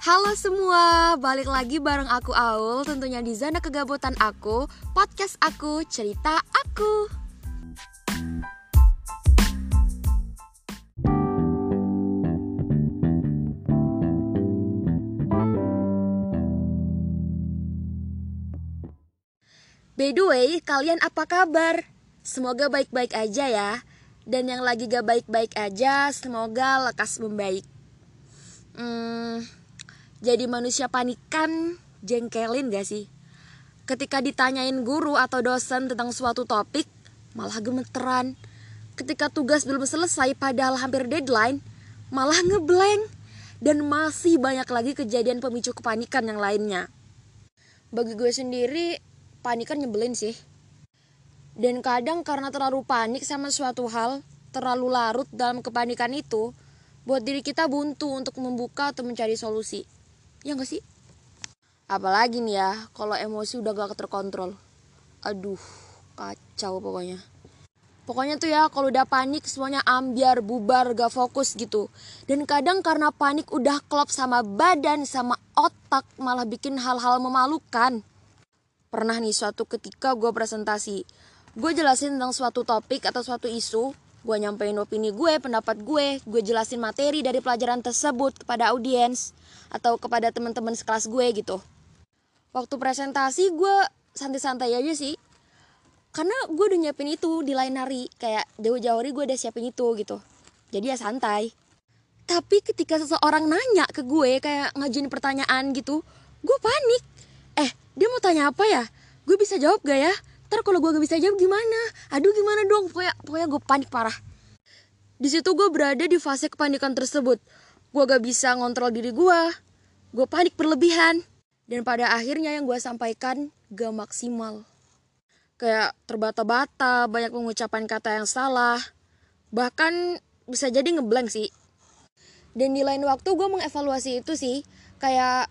Halo semua, balik lagi bareng aku Aul, tentunya di zona kegabutan aku, podcast aku, cerita aku. By the way, kalian apa kabar? Semoga baik-baik aja ya. Dan yang lagi gak baik-baik aja, semoga lekas membaik. Jadi manusia panikan, jengkelin gak sih? Ketika ditanyain guru atau dosen tentang suatu topik, malah gemeteran. Ketika tugas belum selesai padahal hampir deadline, malah ngeblank. Dan masih banyak lagi kejadian pemicu kepanikan yang lainnya. Bagi gue sendiri, panik kan nyebelin sih. Dan kadang karena terlalu panik sama suatu hal, terlalu larut dalam kepanikan itu, buat diri kita buntu untuk membuka atau mencari solusi. Ya gak sih? Apalagi nih ya, kalau emosi udah gak terkontrol. Aduh, kacau pokoknya. Pokoknya tuh ya, kalau udah panik semuanya ambiar, bubar, gak fokus gitu. Dan kadang karena panik udah klop sama badan, sama otak, malah bikin hal-hal memalukan. Pernah nih suatu ketika gue presentasi, gue jelasin tentang suatu topik atau suatu isu, gue nyampein opini gue, pendapat gue jelasin materi dari pelajaran tersebut kepada audiens atau kepada teman-teman sekelas gue gitu. Waktu presentasi gue santai-santai aja sih, karena gue udah nyiapin itu di lain hari, kayak jauh-jauh hari gue udah siapin itu gitu. Jadi ya santai. Tapi ketika seseorang nanya ke gue kayak ngajuin pertanyaan gitu, gue panik. Dia mau tanya apa ya? Gue bisa jawab gak ya? Ntar kalau gue gak bisa jawab gimana? Aduh gimana dong? Pokoknya gue panik parah. Di situ gue berada di fase kepanikan tersebut. Gue gak bisa ngontrol diri gue. Gue panik berlebihan. Dan pada akhirnya yang gue sampaikan gak maksimal. Kayak terbata-bata, banyak pengucapan kata yang salah. Bahkan bisa jadi ngeblank sih. Dan di lain waktu gue mengevaluasi itu sih. Kayak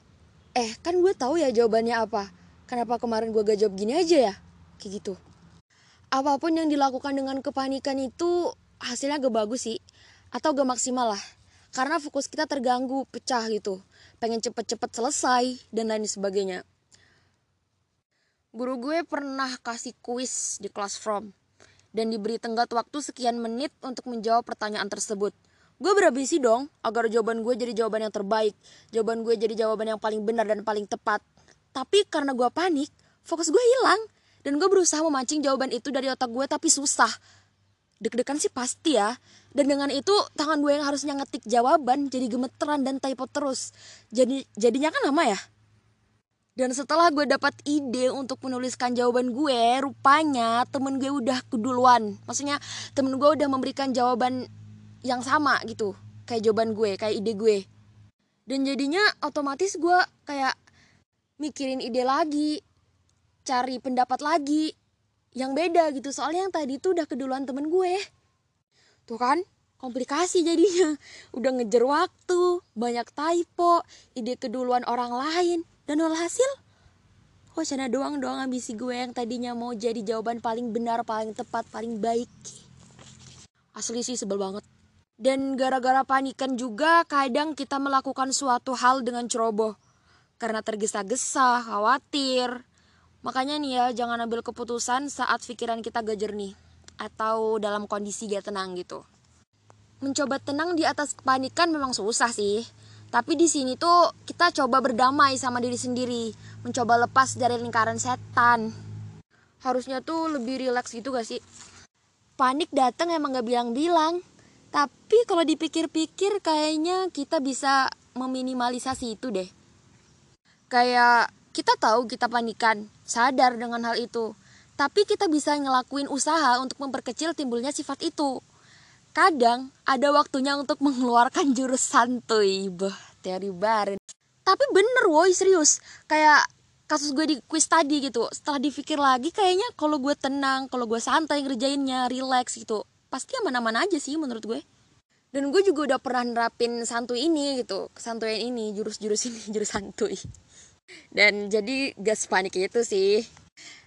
kan gue tahu ya jawabannya apa. Kenapa kemarin gue gak jawab gini aja ya? Kayak gitu. Apapun yang dilakukan dengan kepanikan itu hasilnya gak bagus sih. Atau gak maksimal lah. Karena fokus kita terganggu, pecah gitu. Pengen cepet-cepet selesai dan lain sebagainya. Guru gue pernah kasih kuis di Classroom. Dan diberi tenggat waktu sekian menit untuk menjawab pertanyaan tersebut. Gue berambisi dong agar jawaban gue jadi jawaban yang terbaik. Jawaban gue jadi jawaban yang paling benar dan paling tepat. Tapi karena gue panik, fokus gue hilang. Dan gue berusaha memancing jawaban itu dari otak gue tapi susah. Deg-degan sih pasti ya. Dan dengan itu tangan gue yang harusnya ngetik jawaban jadi gemeteran dan typo terus. Jadinya kan lama ya. Dan setelah gue dapat ide untuk menuliskan jawaban gue, rupanya temen gue udah keduluan. Maksudnya temen gue udah memberikan jawaban yang sama gitu, kayak jawaban gue, kayak ide gue. Dan jadinya otomatis gue kayak mikirin ide lagi, cari pendapat lagi yang beda gitu. Soalnya yang tadi tuh udah keduluan temen gue. Tuh kan, komplikasi jadinya. Udah ngejar waktu, banyak typo, ide keduluan orang lain. Dan alhasil, wacana doang ambisi gue yang tadinya mau jadi jawaban paling benar, paling tepat, paling baik. Asli sih sebel banget. Dan gara-gara panikan juga kadang kita melakukan suatu hal dengan ceroboh. Karena tergesa-gesa, khawatir. Makanya nih ya, jangan ambil keputusan saat pikiran kita gak jernih. Atau dalam kondisi gak tenang gitu. Mencoba tenang di atas kepanikan memang susah sih. Tapi di sini tuh kita coba berdamai sama diri sendiri. Mencoba lepas dari lingkaran setan. Harusnya tuh lebih rileks gitu gak sih? Panik datang emang gak bilang-bilang. Tapi kalau dipikir-pikir kayaknya kita bisa meminimalisasi itu deh. Kayak kita tahu kita panikan, sadar dengan hal itu. Tapi kita bisa ngelakuin usaha untuk memperkecil timbulnya sifat itu. Kadang ada waktunya untuk mengeluarkan jurus santuy. Teori baru. Tapi bener woy, serius. Kayak kasus gue di quiz tadi gitu. Setelah dipikir lagi kayaknya kalau gue tenang, kalau gue santai ngerjainnya, relax gitu, pasti aman-aman aja sih menurut gue. Dan gue juga udah pernah nerapin santuy ini gitu, kesantuyan ini, jurus-jurus ini, jurus santuy. Dan jadi gak sepanik itu sih.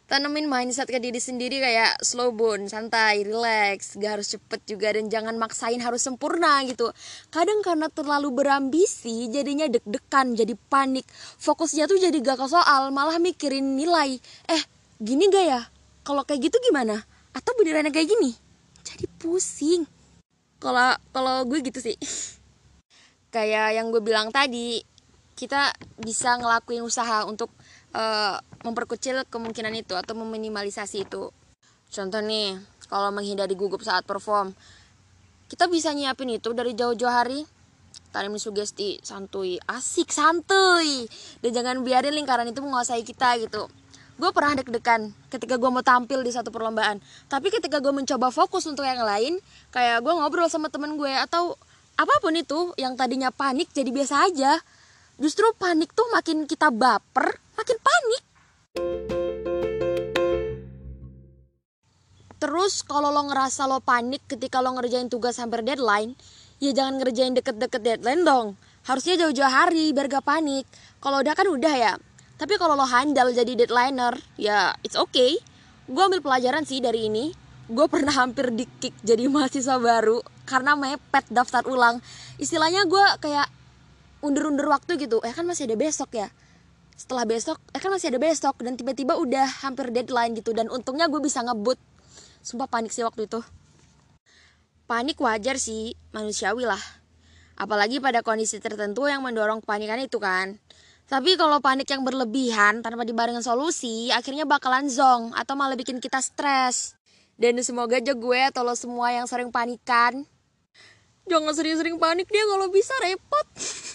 Tanemin mindset ke diri sendiri kayak slow burn, santai, relax, gak harus cepet juga, dan jangan maksain harus sempurna gitu. Kadang karena terlalu berambisi jadinya deg-degan, jadi panik, fokusnya tuh jadi gak ke soal, malah mikirin nilai. Gini gak ya? Kalau kayak gitu gimana? Atau beneran kayak gini? Jadi pusing. Kalau gue gitu sih. Kayak yang gue bilang tadi, kita bisa ngelakuin usaha untuk memperkecil kemungkinan itu atau meminimalisasi itu. Contoh nih, kalau menghindari gugup saat perform, kita bisa nyiapin itu dari jauh-jauh hari. Tanamin sugesti, santuy, asik, santuy, dan jangan biarin lingkaran itu menguasai kita gitu. Gue pernah deg-degan ketika gue mau tampil di satu perlombaan, tapi ketika gue mencoba fokus untuk yang lain, kayak gue ngobrol sama temen gue atau apapun itu, yang tadinya panik jadi biasa aja. Justru panik tuh makin kita baper, makin panik. Terus kalau lo ngerasa lo panik ketika lo ngerjain tugas hampir deadline, ya jangan ngerjain deket-deket deadline dong. Harusnya jauh-jauh hari biar gak panik. Kalau udah kan udah ya. Tapi kalau lo handal jadi deadlineer, ya it's okay. Gue ambil pelajaran sih dari ini. Gue pernah hampir di-kick jadi mahasiswa baru karena mepet daftar ulang. Istilahnya gue kayak undur-undur waktu gitu. Kan masih ada besok ya. Setelah besok, kan masih ada besok. Dan tiba-tiba udah hampir deadline gitu. Dan untungnya gue bisa ngebut. Sumpah panik sih waktu itu. Panik wajar sih, manusiawi lah. Apalagi pada kondisi tertentu yang mendorong kepanikan itu kan. Tapi kalau panik yang berlebihan tanpa dibarengin solusi, akhirnya bakalan zonk atau malah bikin kita stres. Dan semoga aja gue atau lo semua yang sering panikan, jangan sering-sering panik dia, kalau bisa repot.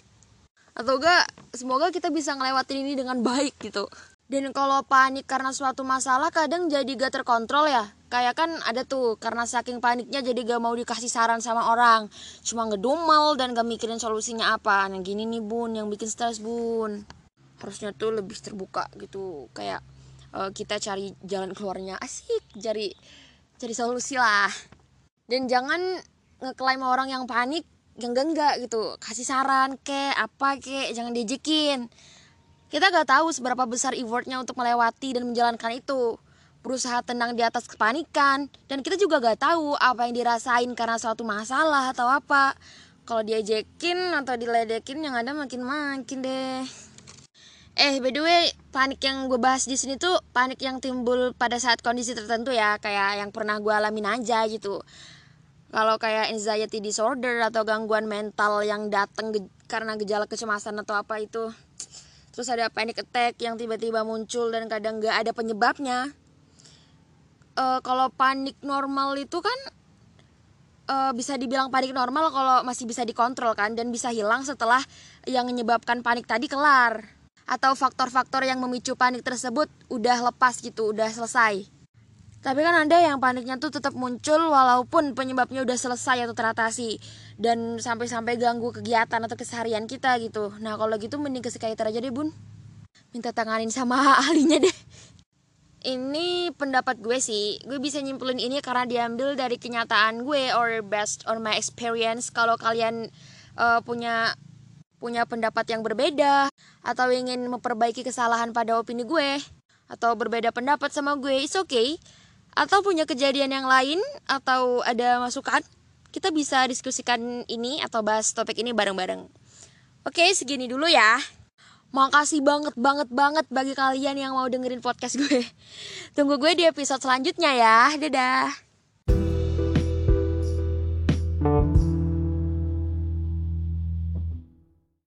Atau enggak, semoga kita bisa ngelewatin ini dengan baik gitu. Dan kalau panik karena suatu masalah kadang jadi gak terkontrol ya. Kayak kan ada tuh, karena saking paniknya jadi gak mau dikasih saran sama orang, cuma ngedumel dan gak mikirin solusinya apa. Yang gini nih bun, yang bikin stres bun. Harusnya tuh lebih terbuka gitu. Kayak kita cari jalan keluarnya, asik, cari solusi lah. Dan jangan ngeklaim orang yang panik yang enggak gitu. Kasih saran kek, apa kek, jangan dijekin. Kita gak tahu seberapa besar effortnya untuk melewati dan menjalankan itu. Berusaha tenang di atas kepanikan. Dan kita juga gak tahu apa yang dirasain karena suatu masalah atau apa. Kalau diajekin atau diledekin yang ada makin-makin deh. By the way, panik yang gue bahas di sini tuh panik yang timbul pada saat kondisi tertentu ya. Kayak yang pernah gue alamin aja gitu. Kalau kayak anxiety disorder atau gangguan mental yang datang karena gejala kecemasan atau apa itu. Terus ada panic attack yang tiba-tiba muncul dan kadang gak ada penyebabnya. Kalau panik normal itu kan bisa dibilang panik normal kalau masih bisa dikontrol kan. Dan bisa hilang setelah yang menyebabkan panik tadi kelar. Atau faktor-faktor yang memicu panik tersebut udah lepas gitu, udah selesai. Tapi kan ada yang paniknya tuh tetap muncul walaupun penyebabnya udah selesai atau teratasi. Dan sampai-sampai ganggu kegiatan atau keseharian kita gitu. Nah kalau gitu mending ke psikiater aja deh bun. Minta tanganin sama ahlinya deh. Ini pendapat gue sih. Gue bisa nyimpulin ini karena diambil dari kenyataan gue or based on my experience. Kalau kalian punya pendapat yang berbeda atau ingin memperbaiki kesalahan pada opini gue atau berbeda pendapat sama gue, it's okay. Atau punya kejadian yang lain atau ada masukan, kita bisa diskusikan ini atau bahas topik ini bareng-bareng. Oke, segini dulu ya. Makasih banget bagi kalian yang mau dengerin podcast gue. Tunggu gue di episode selanjutnya ya. Dadah.